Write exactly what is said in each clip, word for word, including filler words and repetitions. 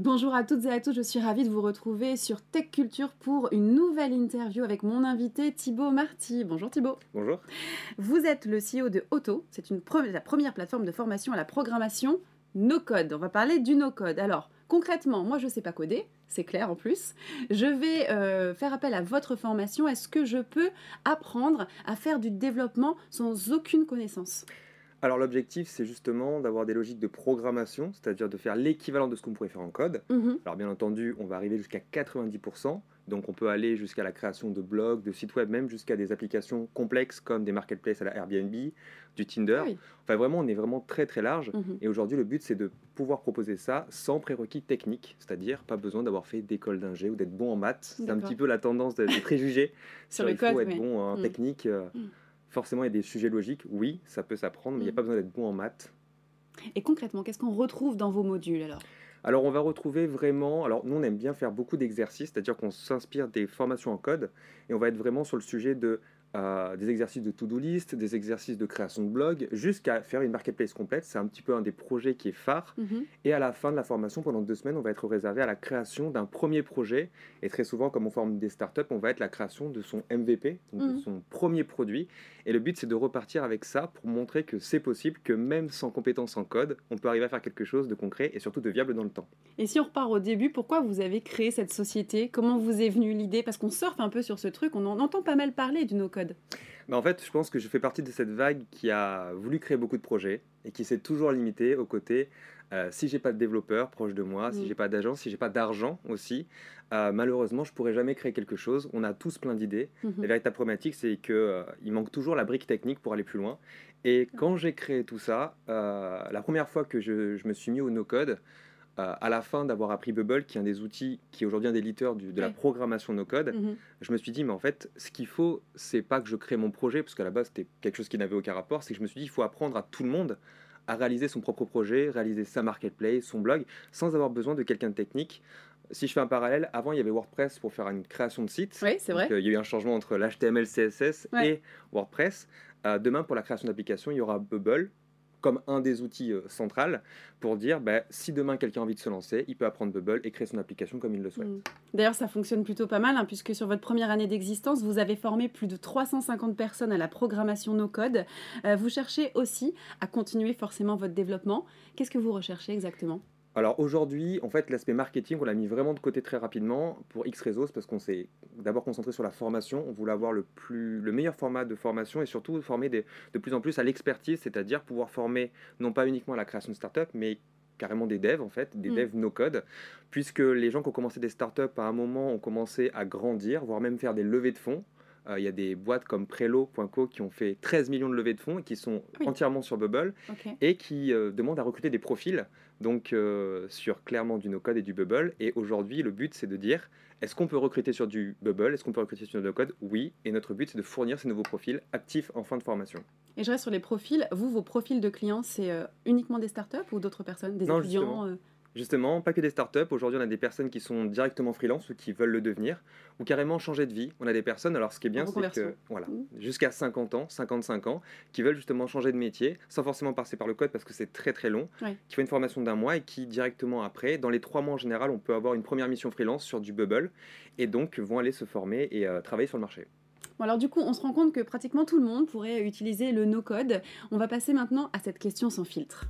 Bonjour à toutes et à tous, je suis ravie de vous retrouver sur Tech Culture pour une nouvelle interview avec mon invité Thibaut Marty. Bonjour Thibaut. Bonjour. Vous êtes le C E O de Otto, c'est une pre- la première plateforme de formation à la programmation no-code. On va parler du no-code. Alors, concrètement, moi je ne sais pas coder, c'est clair en plus. Je vais euh, faire appel à votre formation. Est-ce que je peux apprendre à faire du développement sans aucune connaissance ? Alors l'objectif, c'est justement d'avoir des logiques de programmation, c'est-à-dire de faire l'équivalent de ce qu'on pourrait faire en code. Mhm. Alors bien entendu, on va arriver jusqu'à quatre-vingt-dix pour cent, donc on peut aller jusqu'à la création de blogs, de sites web, même jusqu'à des applications complexes comme des marketplaces à la Airbnb, du Tinder. Ah oui. Enfin vraiment, on est vraiment très très large. Mhm. Et aujourd'hui, le but, c'est de pouvoir proposer ça sans prérequis techniques, c'est-à-dire pas besoin d'avoir fait d'école d'ingé ou d'être bon en maths. C'est un D'accord. petit peu la tendance des préjugés Sur sur le il faut code, être oui. bon en Mm. technique. euh, Mm. Forcément, il y a des sujets logiques, oui, ça peut s'apprendre, mais il n'y a Mm. pas besoin d'être bon en maths. Et concrètement, qu'est-ce qu'on retrouve dans vos modules alors ? Alors, on va retrouver vraiment... Alors, nous, on aime bien faire beaucoup d'exercices, c'est-à-dire qu'on s'inspire des formations en code, et on va être vraiment sur le sujet de, euh, des exercices de to-do list, des exercices de création de blog, jusqu'à faire une marketplace complète. C'est un petit peu un des projets qui est phare. Mhm. Et à la fin de la formation, pendant deux semaines, on va être réservé à la création d'un premier projet. Et très souvent, comme on forme des startups, on va être la création de son M V P, donc de Mhm. son premier produit. Et le but, c'est de repartir avec ça pour montrer que c'est possible, que même sans compétences en code, on peut arriver à faire quelque chose de concret et surtout de viable dans le temps. Et si on repart au début, pourquoi vous avez créé cette société ? Comment vous est venue l'idée ? Parce qu'on surfe un peu sur ce truc, on en entend pas mal parler du no-code. Mais en fait, je pense que je fais partie de cette vague qui a voulu créer beaucoup de projets et qui s'est toujours limitée au côté euh, si j'ai pas de développeur proche de moi, si Mm. j'ai pas d'agence, si j'ai pas d'argent aussi, euh, malheureusement, je pourrais jamais créer quelque chose. On a tous plein d'idées. Mhm. La véritable problématique, c'est que euh, il manque toujours la brique technique pour aller plus loin. Et quand j'ai créé tout ça, euh, la première fois que je, je me suis mis au no-code, euh, à la fin d'avoir appris Bubble, qui est un des outils qui est aujourd'hui un des leaders du- de la Ouais. programmation no-code, Mhm. je me suis dit, mais en fait, ce qu'il faut, c'est pas que je crée mon projet, parce qu'à la base, c'était quelque chose qui n'avait aucun rapport, c'est que je me suis dit, il faut apprendre à tout le monde à réaliser son propre projet, réaliser sa marketplace, son blog, sans avoir besoin de quelqu'un de technique. Si je fais un parallèle, avant, il y avait WordPress pour faire une création de site. Oui, c'est vrai. Donc, euh, il y a eu un changement entre l'H T M L, C S S Ouais. et WordPress. Euh, demain, pour la création d'applications, il y aura Bubble comme un des outils euh, centrales pour dire, bah, si demain quelqu'un a envie de se lancer, il peut apprendre Bubble et créer son application comme il le souhaite. Mm. D'ailleurs, ça fonctionne plutôt pas mal, hein, puisque sur votre première année d'existence, vous avez formé plus de trois cent cinquante personnes à la programmation no-code. Euh, vous cherchez aussi à continuer forcément votre développement. Qu'est-ce que vous recherchez exactement ? Alors aujourd'hui, en fait, l'aspect marketing, on l'a mis vraiment de côté très rapidement pour X raisons, parce qu'on s'est d'abord concentré sur la formation. On voulait avoir le, plus, le meilleur format de formation et surtout former des- de plus en plus à l'expertise, c'est-à-dire pouvoir former non pas uniquement à la création de start-up, mais carrément des devs en fait, des Mm. devs no-code, puisque les gens qui ont commencé des start-up à un moment ont commencé à grandir, voire même faire des levées de fonds. Euh, Il y a des boîtes comme Prelo point co qui ont fait treize millions de levées de fonds et qui sont Oui. entièrement sur Bubble Ok. et qui euh, demandent à recruter des profils donc euh, sur clairement du no-code et du Bubble. Et aujourd'hui, le but, c'est de dire, est-ce qu'on peut recruter sur du Bubble? Est-ce qu'on peut recruter sur du no-code? Oui. Et notre but, c'est de fournir ces nouveaux profils actifs en fin de formation. Et je reste sur les profils. Vous, vos profils de clients, c'est euh, uniquement des startups ou d'autres personnes, des Non, étudiants justement. euh, Justement, pas que des startups. Aujourd'hui, on a des personnes qui sont directement freelance ou qui veulent le devenir, ou carrément changer de vie. On a des personnes, alors ce qui est bien, En c'est reconversion. que, voilà, Mm. jusqu'à cinquante ans, cinquante-cinq ans, qui veulent justement changer de métier, sans forcément passer par le code parce que c'est très très long, Ouais. qui font une formation d'un mois et qui directement après, dans les trois mois en général, on peut avoir une première mission freelance sur du Bubble, et donc vont aller se former et euh, travailler sur le marché. Bon, alors du coup, on se rend compte que pratiquement tout le monde pourrait utiliser le no-code. On va passer maintenant à cette question sans filtre.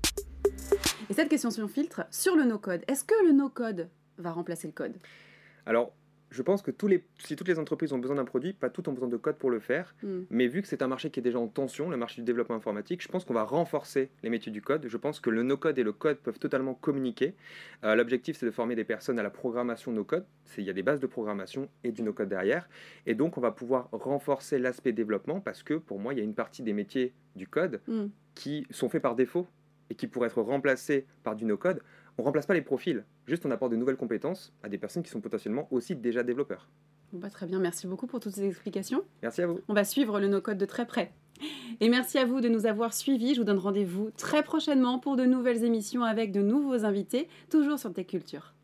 Et cette question sans filtre, sur le no-code, est-ce que le no-code va remplacer le code ? Alors, je pense que tous les, si toutes les entreprises ont besoin d'un produit, pas toutes ont besoin de code pour le faire. Mm. Mais vu que c'est un marché qui est déjà en tension, le marché du développement informatique, je pense qu'on va renforcer les métiers du code. Je pense que le no-code et le code peuvent totalement communiquer. Euh, L'objectif, c'est de former des personnes à la programmation no-code. C'est- Il y a des bases de programmation et du no-code derrière. Et donc, on va pouvoir renforcer l'aspect développement parce que pour moi, il y a une partie des métiers du code Mm. qui sont faits par défaut et qui pourraient être remplacés par du no-code. On ne remplace pas les profils, juste on apporte de nouvelles compétences à des personnes qui sont potentiellement aussi déjà développeurs. Bon, bah, très bien, merci beaucoup pour toutes ces explications. Merci à vous. On va suivre le no-code de très près. Et merci à vous de nous avoir suivis. Je vous donne rendez-vous très prochainement pour de nouvelles émissions avec de nouveaux invités, toujours sur Tech Culture.